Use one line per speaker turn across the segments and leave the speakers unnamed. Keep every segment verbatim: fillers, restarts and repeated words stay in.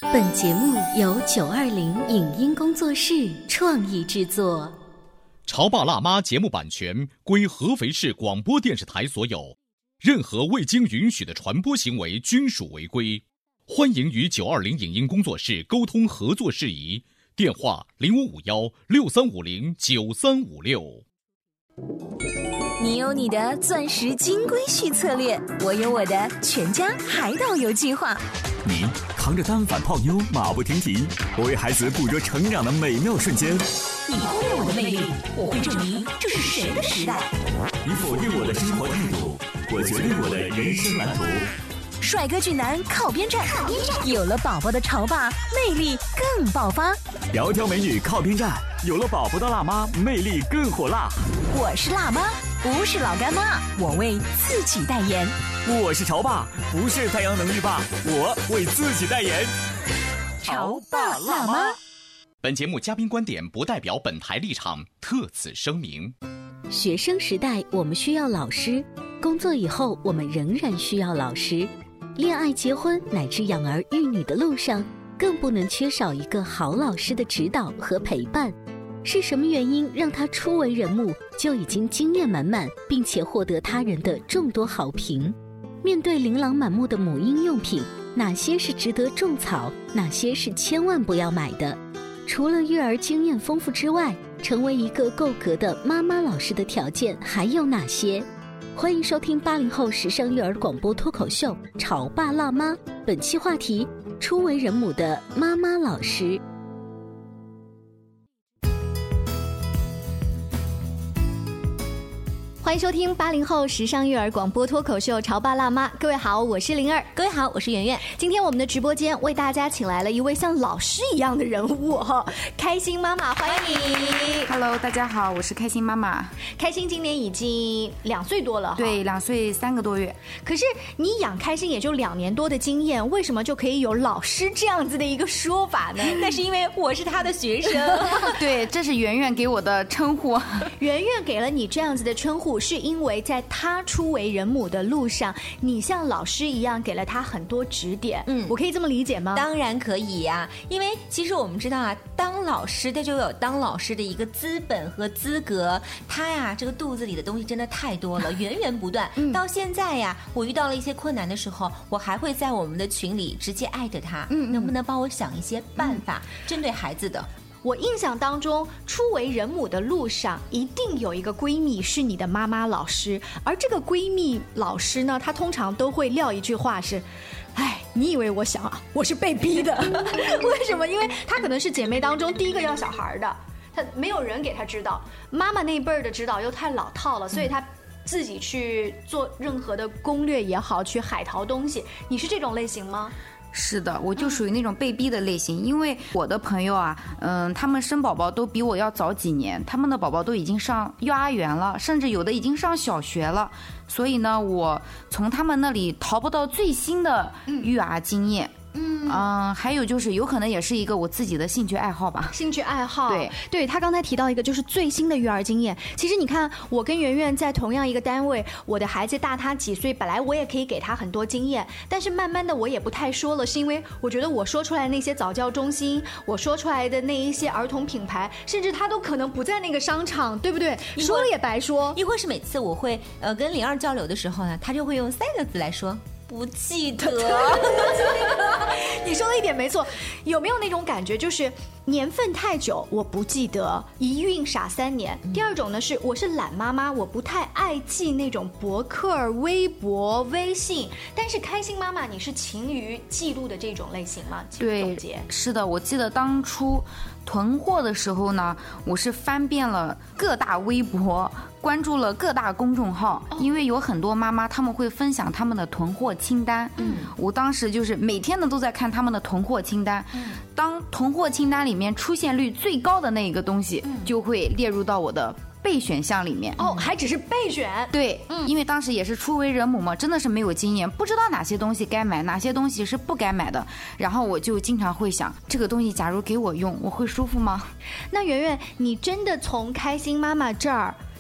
本节目由九二零影音工作室创意制作。
潮爸辣妈节目版权归合肥市广播电视台所有，任何未经允许的传播行为均属违规。欢迎与九二零影音工作室沟通合作事宜，电话零五五幺六三五零九三五六。
你有你的钻石金龟婿策略，我有我的全家海岛游计划。
你扛着单反泡妞马不停蹄，我为孩子捕捉成长的美妙瞬间。
你忽略我的魅力，我会证明这是谁的时代。
你否定我的生活态度，我决定我的人生蓝图。
帅哥俊男靠边站，有了宝宝的潮爸魅力更爆发。
窈窕美女靠边站，有了宝宝的辣妈魅力更火辣。
我是辣妈，不是老干妈，我为自己代言。
我是潮爸，不是太阳能浴霸，我为自己代言。
潮爸辣妈。
本节目嘉宾观点不代表本台立场，特此声明。
学生时代我们需要老师，工作以后我们仍然需要老师。恋爱、结婚乃至养儿育女的路上，更不能缺少一个好老师的指导和陪伴。是什么原因让他初为人母就已经经验满满，并且获得他人的众多好评？面对琳琅满目的母婴用品，哪些是值得种草，哪些是千万不要买的？除了育儿经验丰富之外，成为一个够格的妈妈老师的条件还有哪些？欢迎收听八零后时尚育儿广播脱口秀《潮爸辣妈》，本期话题：初为人母的妈妈老师。
欢迎收听八零后时尚育儿广播脱口秀《潮爸辣妈》，各位好，我是灵儿，
各位好，我是圆圆。
今天我们的直播间为大家请来了一位像老师一样的人物哈，开心妈妈，欢迎你。
Hello， 大家好，我是开心妈妈。
开心今年已经两岁多了，
对，两岁三个多月。
可是你养开心也就两年多的经验，为什么就可以有老师这样子的一个说法呢？那是因为我是他的学生。
对，这是圆圆给我的称呼。
圆圆给了你这样子的称呼，是因为在他初为人母的路上，你像老师一样给了他很多指点。嗯，我可以这么理解吗？
当然可以呀、啊，因为其实我们知道啊，当老师他就有当老师的一个资本和资格。他呀，这个肚子里的东西真的太多了，源源不断。嗯、到现在呀，我遇到了一些困难的时候，我还会在我们的群里直接艾特他，嗯，能不能帮我想一些办法，嗯、针对孩子的。
我印象当中，初为人母的路上一定有一个闺蜜是你的妈妈老师，而这个闺蜜老师呢，她通常都会撂一句话是：哎，你以为我想啊，我是被逼的。为什么？因为她可能是姐妹当中第一个要小孩的，她没有人给她指导，妈妈那辈儿的指导又太老套了，所以她自己去做任何的攻略也好，去海淘东西。你是这种类型吗？
是的，我就属于那种被逼的类型，因为我的朋友啊，嗯，他们生宝宝都比我要早几年，他们的宝宝都已经上幼儿园了，甚至有的已经上小学了，所以呢，我从他们那里淘不到最新的育儿经验。嗯嗯，还有就是有可能也是一个我自己的兴趣爱好吧。
兴趣爱好，
对
对，他刚才提到一个就是最新的育儿经验。其实你看，我跟圆圆在同样一个单位，我的孩子大他几岁，本来我也可以给他很多经验，但是慢慢的我也不太说了，是因为我觉得我说出来那些早教中心，我说出来的那一些儿童品牌，甚至他都可能不在那个商场，对不对？说了也白说。
亦或是每次我会呃跟灵儿交流的时候呢，他就会用三个字来说。不记得。
你说的一点没错，有没有那种感觉，就是年份太久我不记得，一孕傻三年。第二种呢是我是懒妈妈，我不太爱记那种博客、微博、微信，但是开心妈妈你是勤于记录的这种类型吗？
对，是的，我记得当初囤货的时候呢，我是翻遍了各大微博，关注了各大公众号，哦、因为有很多妈妈他们会分享他们的囤货清单。嗯，我当时就是每天呢都在看他们的囤货清单。嗯，当囤货清单里面出现率最高的那一个东西，嗯、就会列入到我的备选项里面。
哦，还只是备选？
对，嗯，因为当时也是初为人母嘛，真的是没有经验，不知道哪些东西该买，哪些东西是不该买的。然后我就经常会想，这个东西假如给我用，我会舒服吗？
那圆圆，你真的从开心妈妈这儿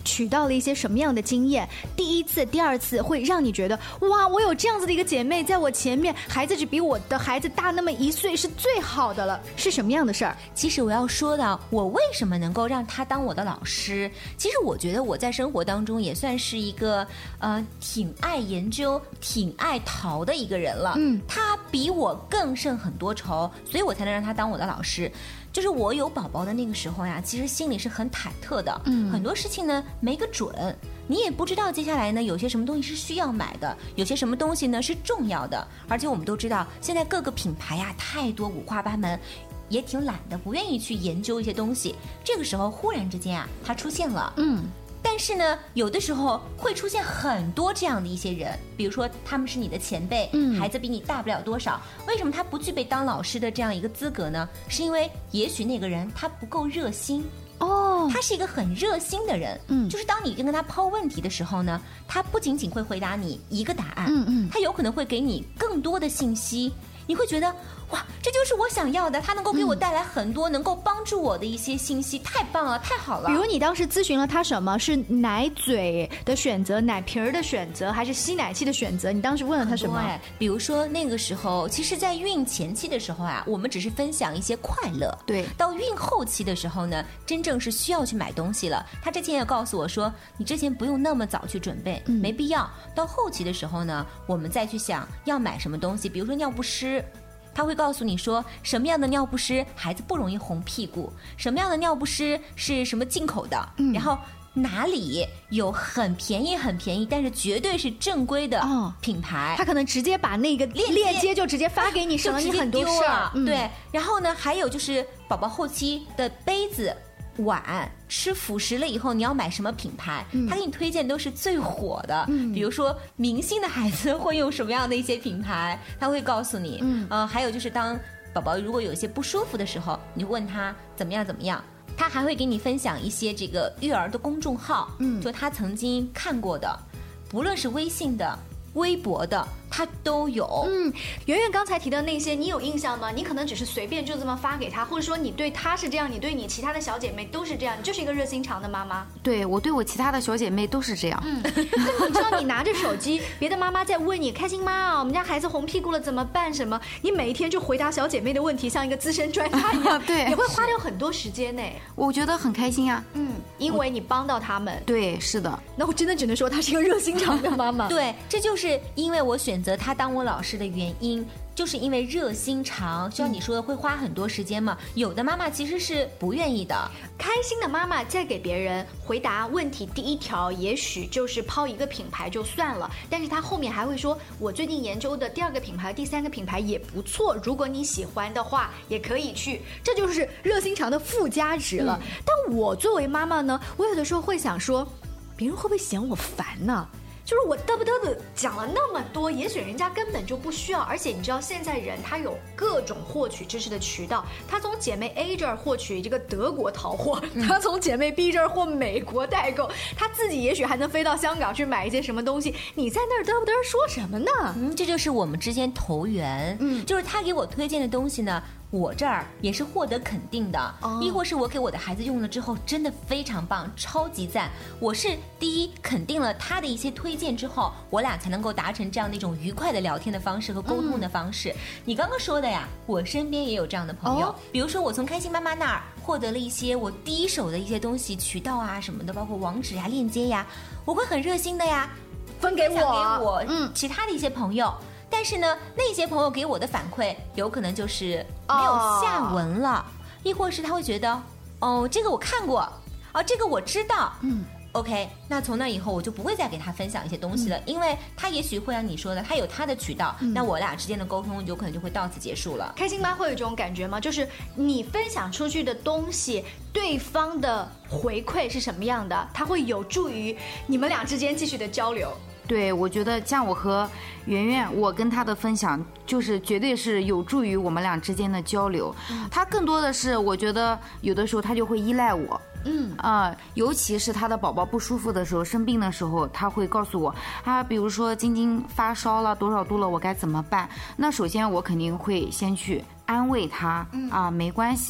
取到了一些什么样的经验？第一次、第二次会让你觉得哇，我有这样子的一个姐妹在我前面，孩子只比我的孩子大那么一岁，是最好的了。是什么样的事儿？
其实我要说到我为什么能够让他当我的老师，其实我觉得我在生活当中也算是一个呃挺爱研究、挺爱淘的一个人了。嗯，他比我更胜很多筹，所以我才能让他当我的老师。就是我有宝宝的那个时候呀，其实心里是很忐忑的，嗯，很多事情呢没个准，你也不知道接下来呢有些什么东西是需要买的，有些什么东西呢是重要的，而且我们都知道现在各个品牌呀太多五花八门，也挺懒的，不愿意去研究一些东西。这个时候忽然之间啊，它出现了，嗯。但是呢，有的时候会出现很多这样的一些人，比如说他们是你的前辈，嗯，孩子比你大不了多少，为什么他不具备当老师的这样一个资格呢？是因为也许那个人他不够热心。哦，他是一个很热心的人，嗯，就是当你跟他抛问题的时候呢，他不仅仅会回答你一个答案，嗯嗯，他有可能会给你更多的信息。你会觉得哇，这就是我想要的，它能够给我带来很多能够帮助我的一些信息，太棒了，太好了。
比如你当时咨询了他什么？是奶嘴的选择、奶瓶的选择，还是吸奶器的选择？你当时问了他什么？
哎，比如说那个时候，其实，在孕前期的时候啊，我们只是分享一些快乐。
对，
到孕后期的时候呢，真正是需要去买东西了。他之前也告诉我说，你之前不用那么早去准备，嗯、没必要。到后期的时候呢，我们再去想要买什么东西，比如说尿不湿。他会告诉你说什么样的尿不湿孩子不容易红屁股，什么样的尿不湿是什么进口的，嗯、然后哪里有很便宜很便宜，但是绝对是正规的品牌，
哦、他可能直接把那个链接就直接发给你，省了你很多事儿。
嗯、对，然后呢，还有就是宝宝后期的杯子。碗吃辅食了以后，你要买什么品牌？嗯、他给你推荐都是最火的，嗯、比如说明星的孩子会用什么样的一些品牌，他会告诉你。嗯，呃，还有就是当宝宝如果有一些不舒服的时候，你问他怎么样怎么样，他还会给你分享一些这个育儿的公众号，嗯，就他曾经看过的，不论是微信的、微博的。他都有。
嗯，圆圆刚才提的那些，你有印象吗？你可能只是随便就这么发给他，或者说你对他是这样，你对你其他的小姐妹都是这样，你就是一个热心肠的妈妈。
对，我对我其他的小姐妹都是这样。
嗯，那你知道你拿着手机，别的妈妈在问你，开心妈啊，我们家孩子红屁股了怎么办？什么？你每一天就回答小姐妹的问题，像一个资深专家一样。
对，
也会花掉很多时间呢。
我觉得很开心啊。
嗯，因为你帮到他们。
对，是的。
那我真的只能说她是一个热心肠的妈妈。
对，这就是因为我选择她当我老师的原因，就是因为热心肠。就像你说的，会花很多时间嘛。有的妈妈其实是不愿意的。
开心的妈妈在给别人回答问题第一条，也许就是抛一个品牌就算了，但是她后面还会说，我最近研究的第二个品牌、第三个品牌也不错，如果你喜欢的话，也可以去。这就是热心肠的附加值了。嗯、但我作为妈妈呢，我有的时候会想说，别人会不会嫌我烦呢？就是我嘚不嘚的讲了那么多，也许人家根本就不需要。而且你知道，现在人他有各种获取知识的渠道，他从姐妹 A 这儿获取这个德国淘货，他从姐妹 B 这儿获美国代购，他自己也许还能飞到香港去买一些什么东西。你在那儿嘚不嘚说什么呢？
嗯，这就是我们之间投缘。嗯，就是他给我推荐的东西呢，我这儿也是获得肯定的，哦、亦或是我给我的孩子用了之后真的非常棒，超级赞。我是第一肯定了他的一些推荐之后，我俩才能够达成这样的一种愉快的聊天的方式和沟通的方式。嗯、你刚刚说的呀，我身边也有这样的朋友，哦、比如说我从开心妈妈那儿获得了一些我第一手的一些东西，渠道啊什么的，包括网址呀、链接呀，我会很热心的呀，
分给我，
分享给我嗯其他的一些朋友。但是呢，那些朋友给我的反馈有可能就是没有下文了，亦、oh. 或是他会觉得，哦，这个我看过，哦，这个我知道，嗯 ，OK， 那从那以后我就不会再给他分享一些东西了，嗯、因为他也许会像你说的，他有他的渠道，嗯、那我俩之间的沟通有可能就会到此结束了。
开心妈会有这种感觉吗？就是你分享出去的东西，对方的回馈是什么样的？它会有助于你们俩之间继续的交流。
对，我觉得像我和圆圆，我跟她的分享就是绝对是有助于我们俩之间的交流。嗯、她更多的是，我觉得有的时候她就会依赖我。嗯啊、呃，尤其是她的宝宝不舒服的时候、生病的时候，她会告诉我啊，比如说晶晶发烧了多少度了，我该怎么办？那首先我肯定会先去安慰她、嗯、啊，没关系。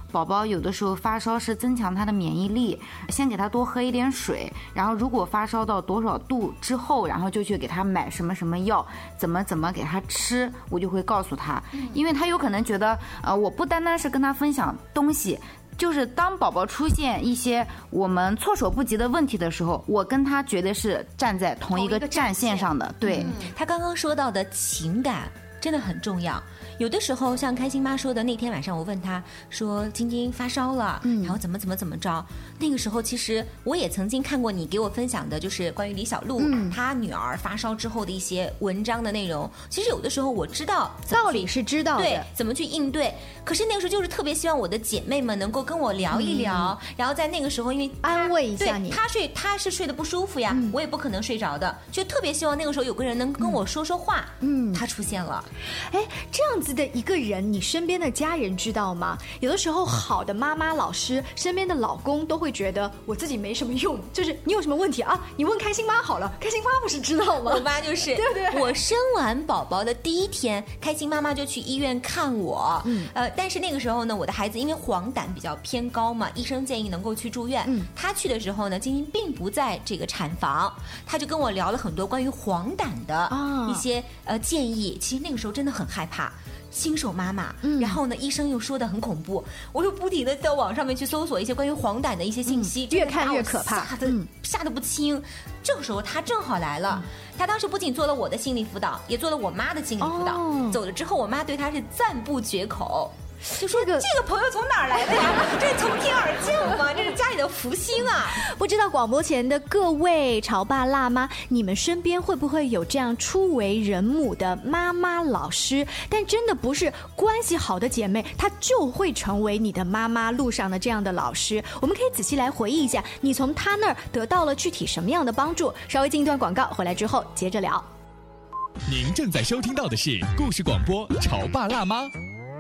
宝宝有的时候发烧是增强他的免疫力，先给他多喝一点水，然后如果发烧到多少度之后，然后就去给他买什么什么药，怎么怎么给他吃，我就会告诉他，因为他有可能觉得，呃，我不单单是跟他分享东西。就是当宝宝出现一些我们措手不及的问题的时候，我跟他绝对是站在同一个战线上的。对、
嗯，他刚刚说到的情感真的很重要。有的时候像开心妈说的，那天晚上我问她说晶晶发烧了、嗯、然后怎么怎么怎么着，那个时候其实我也曾经看过你给我分享的就是关于李小璐、嗯、她女儿发烧之后的一些文章的内容。其实有的时候我知道
道理是知道的，
对，怎么去应对，可是那个时候就是特别希望我的姐妹们能够跟我聊一聊、嗯、然后在那个时候因为
安慰一下你，
她睡她是睡得不舒服呀、嗯、我也不可能睡着的，就特别希望那个时候有个人能跟我说说话。嗯，她出现了。
哎，这样子的一个人，你身边的家人知道吗？有的时候好的妈妈老师身边的老公都会觉得我自己没什么用，就是你有什么问题啊，你问开心妈好了，开心妈不是知道吗？
我妈就是
对不对？
我生完宝宝的第一天，开心妈妈就去医院看我、嗯、呃，但是那个时候呢，我的孩子因为黄疸比较偏高嘛，医生建议能够去住院、嗯、他去的时候呢，晶晶并不在这个产房，他就跟我聊了很多关于黄疸的一些、哦、呃建议。其实那个时候真的很害怕，新手妈妈、嗯、然后呢医生又说的很恐怖，我又不停的在网上面去搜索一些关于黄疸的一些信息、
嗯、越看越可怕，
吓得、嗯、吓得不轻。这个时候他正好来了、嗯、他当时不仅做了我的心理辅导，也做了我妈的心理辅导、哦、走了之后我妈对他是赞不绝口，就说、这个、这个朋友从哪儿来的呀？这是从天而降吗？这是家里的福星啊！
不知道广播前的各位潮爸辣妈，你们身边会不会有这样初为人母的妈妈老师？但真的不是关系好的姐妹，她就会成为你的妈妈路上的这样的老师。我们可以仔细来回忆一下，你从她那儿得到了具体什么样的帮助？稍微进一段广告，回来之后接着聊。
您正在收听到的是故事广播《潮爸辣妈》。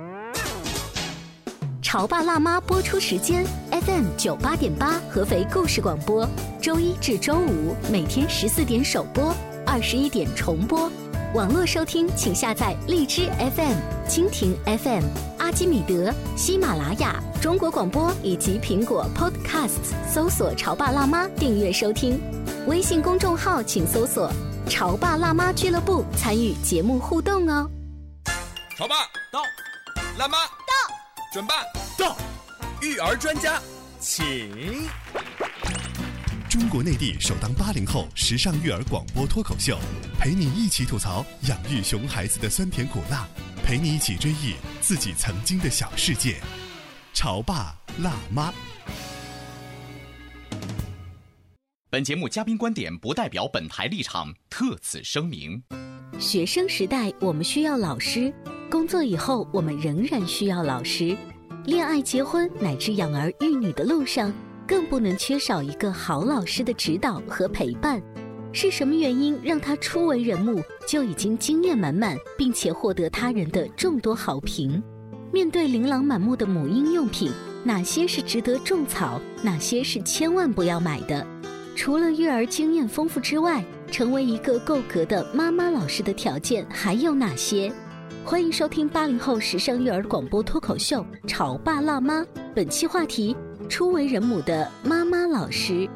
潮爸辣妈播出时间 F M 九八点八合肥故事广播，周一至周五每天十四点首播，二十一点重播。网络收听请下载荔枝 F M、蜻蜓 F M、阿基米德、喜马拉雅、中国广播以及苹果 Podcasts 搜索潮爸辣妈订阅收听。微信公众号请搜索潮爸辣妈俱乐部，参与节目互动哦。
潮爸到，辣妈到，准爸到，育儿专家请。
中国内地首档八零后时尚育儿广播脱口秀，陪你一起吐槽养育熊孩子的酸甜苦辣，陪你一起追忆自己曾经的小世界。潮爸辣妈。
本节目嘉宾观点不代表本台立场，特此声明。
学生时代我们需要老师，工作以后我们仍然需要老师。恋爱、结婚乃至养儿育女的路上，更不能缺少一个好老师的指导和陪伴。是什么原因让他初为人母就已经经验满满，并且获得他人的众多好评？面对琳琅满目的母婴用品，哪些是值得种草，哪些是千万不要买的？除了育儿经验丰富之外，成为一个够格的妈妈老师的条件还有哪些？欢迎收听八零后时尚育儿广播脱口秀《潮爸辣妈》，本期话题：初为人母的妈妈老师。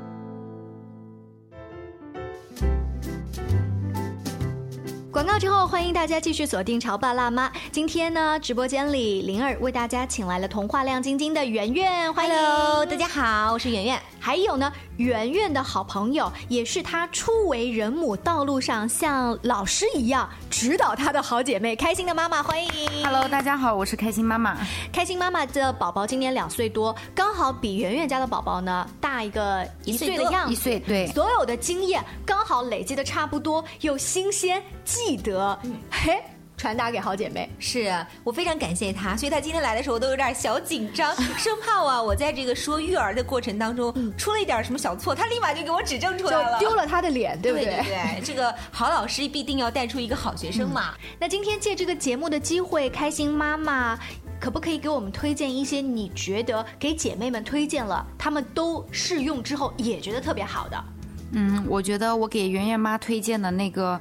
广告之后，欢迎大家继续锁定潮爸辣妈。今天呢，直播间里灵儿为大家请来了童话亮晶晶的圆圆，欢迎。
Hello， 大家好，我是圆圆。
还有呢，圆圆的好朋友，也是她初为人母道路上像老师一样指导她的好姐妹，开心的妈妈，欢迎。
Hello， 大家好，我是开心妈妈。
开心妈妈的宝宝今年两岁多，刚好比圆圆家的宝宝呢大一个一岁的样子。
一岁，对。
所有的经验刚好累积的差不多，又新鲜。记得，嘿，传达给好姐妹。
是我非常感谢她，所以她今天来的时候都有点小紧张，生怕啊我在这个说育儿的过程当中、嗯、出了一点什么小错，她立马就给我指正出来了，
就丢了她的脸，对不对？
对对对，这个好老师必定要带出一个好学生嘛。
嗯、那今天借这个节目的机会，开心妈妈可不可以给我们推荐一些你觉得给姐妹们推荐了，她们都试用之后也觉得特别好的？
嗯，我觉得我给圆圆妈推荐的那个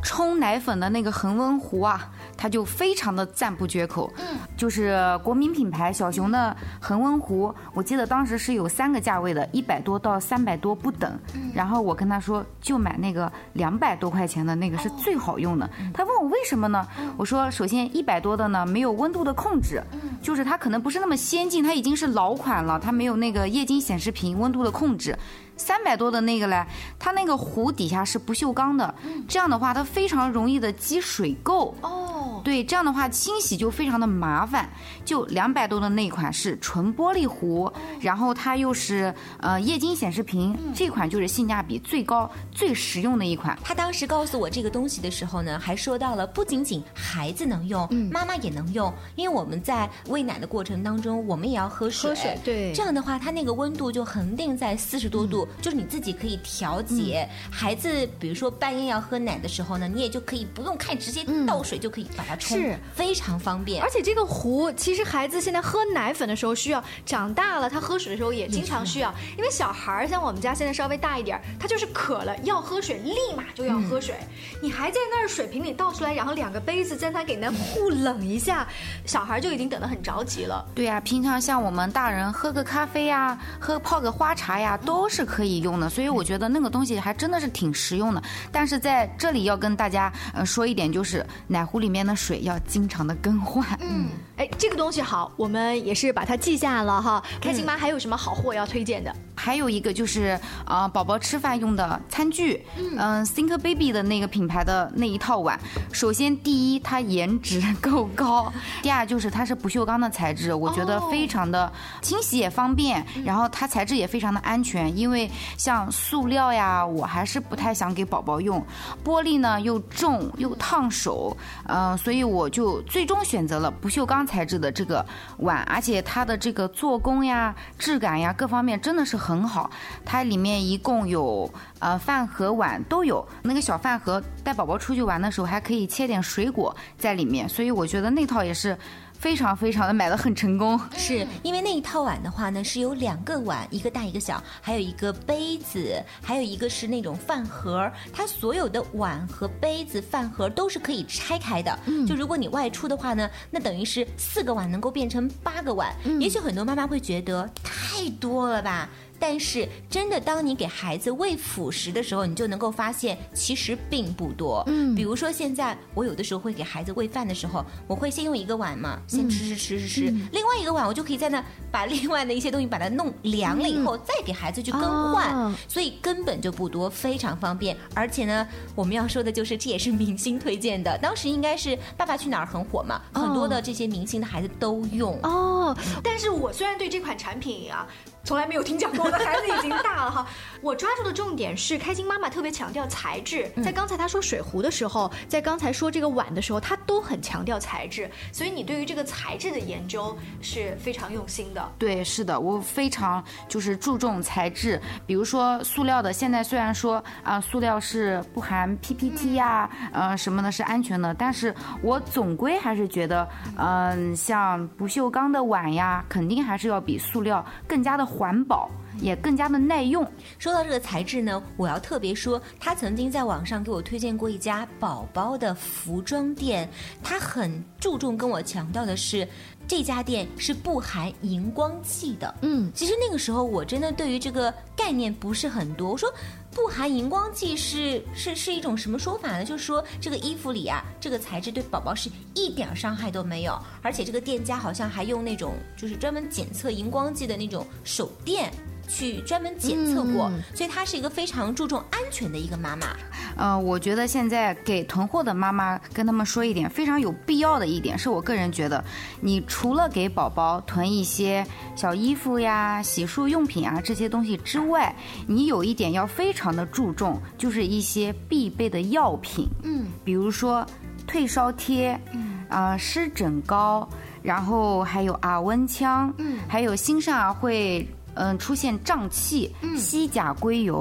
冲奶粉的那个恒温壶啊，他就非常的赞不绝口。嗯，就是国民品牌小熊的恒温壶，我记得当时是有三个价位的，一百多到三百多不等。嗯，然后我跟他说，就买那个两百多块钱的那个是最好用的。嗯、他问我为什么呢？嗯、我说，首先一百多的呢没有温度的控制，嗯、就是它可能不是那么先进，它已经是老款了，它没有那个液晶显示屏温度的控制。三百多的那个嘞，它那个壶底下是不锈钢的，嗯、这样的话它非常容易的积水垢。哦，对，这样的话清洗就非常的麻烦。就两百多的那款是纯玻璃壶，哦、然后它又是呃液晶显示屏，嗯、这款就是性价比最高、最实用的一款。
他当时告诉我这个东西的时候呢，还说到了不仅仅孩子能用，嗯、妈妈也能用，因为我们在喂奶的过程当中，我们也要喝水。
喝水，对。这
样的话，它那个温度就恒定在四十多度。嗯，就是你自己可以调节，嗯、孩子比如说半夜要喝奶的时候呢，你也就可以不用看，直接倒水就可以把它冲，是非常方便。
而且这个壶，其实孩子现在喝奶粉的时候需要，长大了他喝水的时候也经常需要，因为小孩像我们家现在稍微大一点，他就是渴了要喝水，立马就要喝水，嗯、你还在那儿水瓶里倒出来，然后两个杯子在他给那互冷一下，小孩就已经等得很着急了。
对呀、啊，平常像我们大人喝个咖啡呀，喝泡个花茶呀，都是可以用的。所以我觉得那个东西还真的是挺实用的，但是在这里要跟大家呃说一点，就是奶壶里面的水要经常的更换。
嗯，哎，这个东西好，我们也是把它记下了哈。开心妈还有什么好货要推荐的？
还有一个就是啊，宝宝吃饭用的餐具，嗯、呃、，Think Baby 的那个品牌的那一套碗。首先第一，它颜值够高；第二就是它是不锈钢的材质，我觉得非常的清洗也方便，哦、然后它材质也非常的安全，因为像塑料呀，我还是不太想给宝宝用。玻璃呢又重又烫手，呃，所以我就最终选择了不锈钢材质的这个碗，而且它的这个做工呀、质感呀各方面真的是很好。它里面一共有呃饭盒、碗都有，那个小饭盒带宝宝出去玩的时候还可以切点水果在里面，所以我觉得那套也是非常非常的买得很成功。
是因为那一套碗的话呢，是有两个碗，一个大一个小，还有一个杯子，还有一个是那种饭盒。它所有的碗和杯子、饭盒都是可以拆开的。嗯，就如果你外出的话呢，那等于是四个碗能够变成八个碗。嗯，也许很多妈妈会觉得太多了吧。但是真的当你给孩子喂辅食的时候，你就能够发现其实并不多。嗯，比如说现在我有的时候会给孩子喂饭的时候，我会先用一个碗嘛，先吃吃吃吃吃，嗯、另外一个碗我就可以在那把另外的一些东西把它弄凉了以后，嗯、再给孩子去更换，哦、所以根本就不多，非常方便。而且呢，我们要说的就是这也是明星推荐的，当时应该是《爸爸去哪儿》很火嘛，哦、很多的这些明星的孩子都用。
哦，但是我虽然对这款产品啊从来没有听讲过，我的孩子已经大了哈。我抓住的重点是开心妈妈特别强调材质，在刚才她说水壶的时候，在刚才说这个碗的时候，她都很强调材质，所以你对于这个材质的研究是非常用心的。
对，是的，我非常就是注重材质，比如说塑料的，现在虽然说啊、呃，塑料是不含 P P T 呀、啊，呃什么的是安全的，但是我总归还是觉得，嗯、呃，像不锈钢的碗呀，肯定还是要比塑料更加的环保，也更加的耐用。
说到这个材质呢，我要特别说，他曾经在网上给我推荐过一家宝宝的服装店，他很注重跟我强调的是，这家店是不含荧光剂的。嗯，其实那个时候我真的对于这个概念不是很多，我说不含荧光剂是是是一种什么说法呢？就是说这个衣服里啊，这个材质对宝宝是一点伤害都没有，而且这个店家好像还用那种就是专门检测荧光剂的那种手电去专门检测过，嗯、所以她是一个非常注重安全的一个妈妈。
呃，我觉得现在给囤货的妈妈跟他们说一点非常有必要的一点，是我个人觉得，你除了给宝宝囤一些小衣服呀、洗漱用品啊这些东西之外，你有一点要非常的注重，就是一些必备的药品，嗯，比如说退烧贴，嗯，啊、呃、湿疹膏，然后还有耳温枪，嗯，还有心上会嗯出现胀气，嗯，硒甲硅油。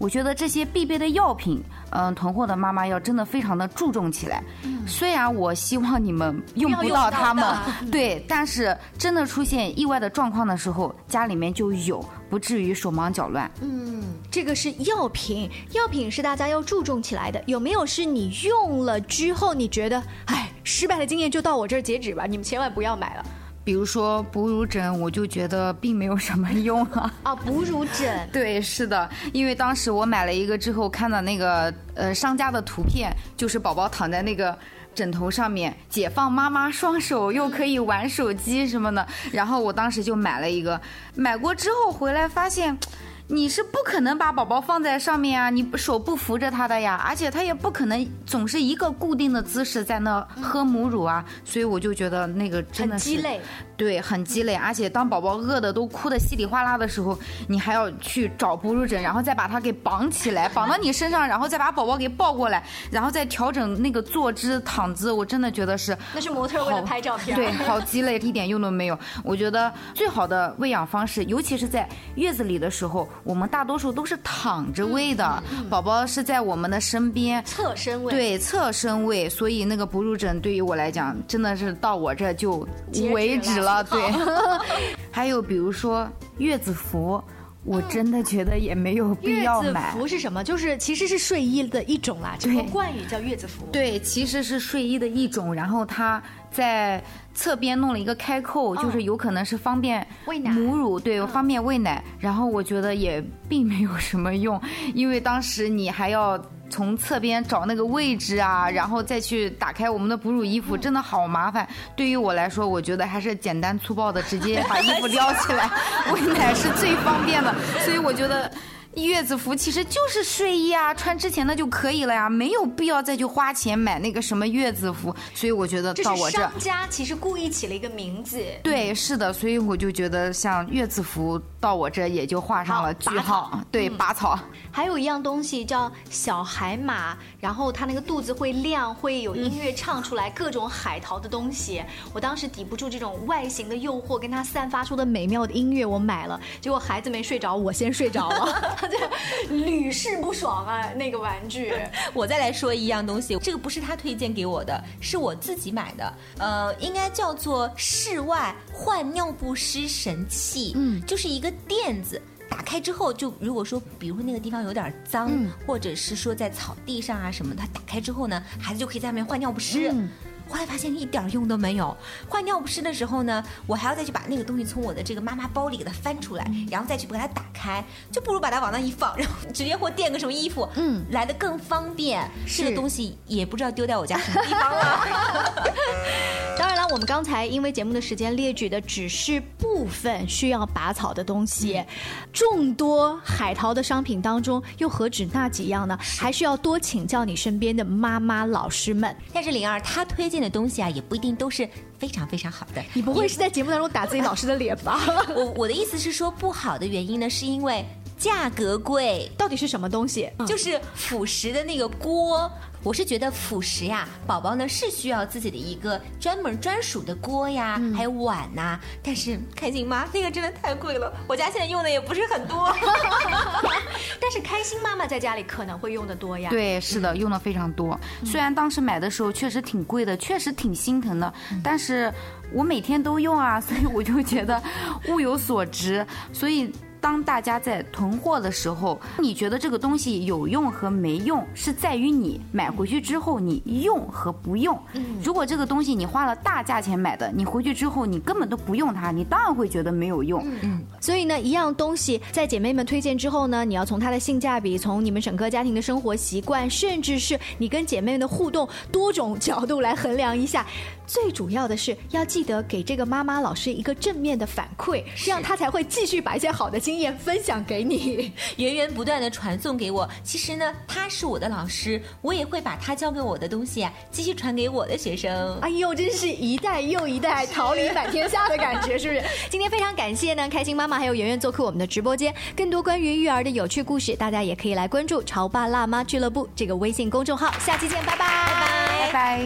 我觉得这些必备的药品，嗯、呃，囤货的妈妈要真的非常的注重起来。嗯、虽然我希望你们用不到它们，对，但是真的出现意外的状况的时候，家里面就有，不至于手忙脚乱。
嗯，这个是药品，药品是大家要注重起来的。有没有是你用了之后，你觉得，哎，失败的经验就到我这儿截止吧，你们千万不要买了。
比如说哺乳枕，我就觉得并没有什么用啊。
啊，哺乳枕，
对，是的，因为当时我买了一个之后，看到那个呃商家的图片，就是宝宝躺在那个枕头上面，解放妈妈双手，又可以玩手机什么的，然后我当时就买了一个，买过之后回来发现。你是不可能把宝宝放在上面啊，你手不扶着他的呀，而且他也不可能总是一个固定的姿势在那喝母乳啊，所以我就觉得那个真的是
很鸡肋，
对，很鸡肋。而且当宝宝饿的都哭得稀里哗啦的时候，你还要去找哺乳枕，然后再把它给绑起来，绑到你身上，然后再把宝宝给抱过来，然后再调整那个坐姿躺姿，我真的觉得是
那是模特为了拍照片，
对，好鸡肋，一点用都没有。我觉得最好的喂养方式，尤其是在月子里的时候。我们大多数都是躺着喂的，嗯嗯、宝宝是在我们的身边，
侧身喂，
对，侧身喂，所以那个哺乳枕对于我来讲，真的是到我这就为止了。对，还有比如说月子服。我真的觉得也没有必要买。
月子服是什么？就是其实是睡衣的一种啦，这个冠语叫月子服。
对，其实是睡衣的一种，然后它在侧边弄了一个开扣，哦、就是有可能是方便
喂奶
母乳，对，嗯、方便喂奶。然后我觉得也并没有什么用，因为当时你还要从侧边找那个位置啊，然后再去打开我们的哺乳衣服，真的好麻烦。对于我来说，我觉得还是简单粗暴的直接把衣服撩起来喂奶是最方便的。所以我觉得月子服其实就是睡衣啊，穿之前的就可以了呀，没有必要再去花钱买那个什么月子服。所以我觉得到我这，
这是商家其实故意起了一个名字。
对，是的，所以我就觉得像月子服到我这也就画上了句号。对，拔草。
还有一样东西叫小海马，然后它那个肚子会亮，会有音乐唱出来，各种海淘的东西。我当时抵不住这种外形的诱惑，跟它散发出的美妙的音乐，我买了。结果孩子没睡着，我先睡着了，他就屡试不爽啊！那个玩具。
我再来说一样东西，这个不是他推荐给我的，是我自己买的。呃，应该叫做室外换尿不湿神器，嗯，就是一个垫子。打开之后，就如果说，比如说那个地方有点脏，嗯、或者是说在草地上啊什么，它打开之后呢，孩子就可以在外面换尿不湿。嗯、后来发现一点用都没有。换尿不湿的时候呢，我还要再去把那个东西从我的这个妈妈包里给它翻出来，嗯、然后再去把它打开，就不如把它往那一放，然后直接或垫个什么衣服，嗯，来的更方便。这个东西也不知道丢在我家什么地方了。
当然了，我们刚才因为节目的时间列举的只是部分需要拔草的东西，嗯、众多海淘的商品当中，又何止那几样呢？还需要多请教你身边的妈妈老师们。
但是灵儿她推荐的东西啊，也不一定都是非常非常好的。
你不会是在节目当中打自己老师的脸吧？
我我的意思是说，不好的原因呢，是因为价格贵。
到底是什么东西？
嗯、就是辅食的那个锅。我是觉得辅食呀，宝宝呢是需要自己的一个专门专属的锅呀，嗯、还有碗呐、啊。但是开心妈那个真的太贵了，我家现在用的也不是很多。
但是开心妈妈在家里可能会用的多呀。
对，是的，嗯、用的非常多。虽然当时买的时候确实挺贵的，确实挺心疼的，嗯、但是我每天都用啊，所以我就觉得物有所值。所以当大家在囤货的时候，你觉得这个东西有用和没用，是在于你买回去之后你用和不用。嗯、如果这个东西你花了大价钱买的，你回去之后你根本都不用它，你当然会觉得没有用。
嗯嗯。所以呢，一样东西在姐妹们推荐之后呢，你要从它的性价比，从你们整个家庭的生活习惯，甚至是你跟姐妹们的互动多种角度来衡量一下。最主要的是要记得给这个妈妈老师一个正面的反馈，这样她才会继续把一些好的经验分享给你，
源源不断的传送给我。其实呢，她是我的老师，我也会把她教给我的东西啊继续传给我的学生。
哎呦，真是一代又一代，桃李满天下的感觉，是不是？今天非常感谢呢，开心妈妈还有圆圆做客我们的直播间。更多关于育儿的有趣故事，大家也可以来关注潮爸辣妈俱乐部这个微信公众号。下期见，拜拜，
拜拜，
拜拜。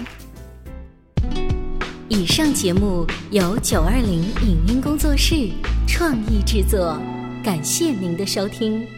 以上节目由九二零影音工作室创意制作，感谢您的收听。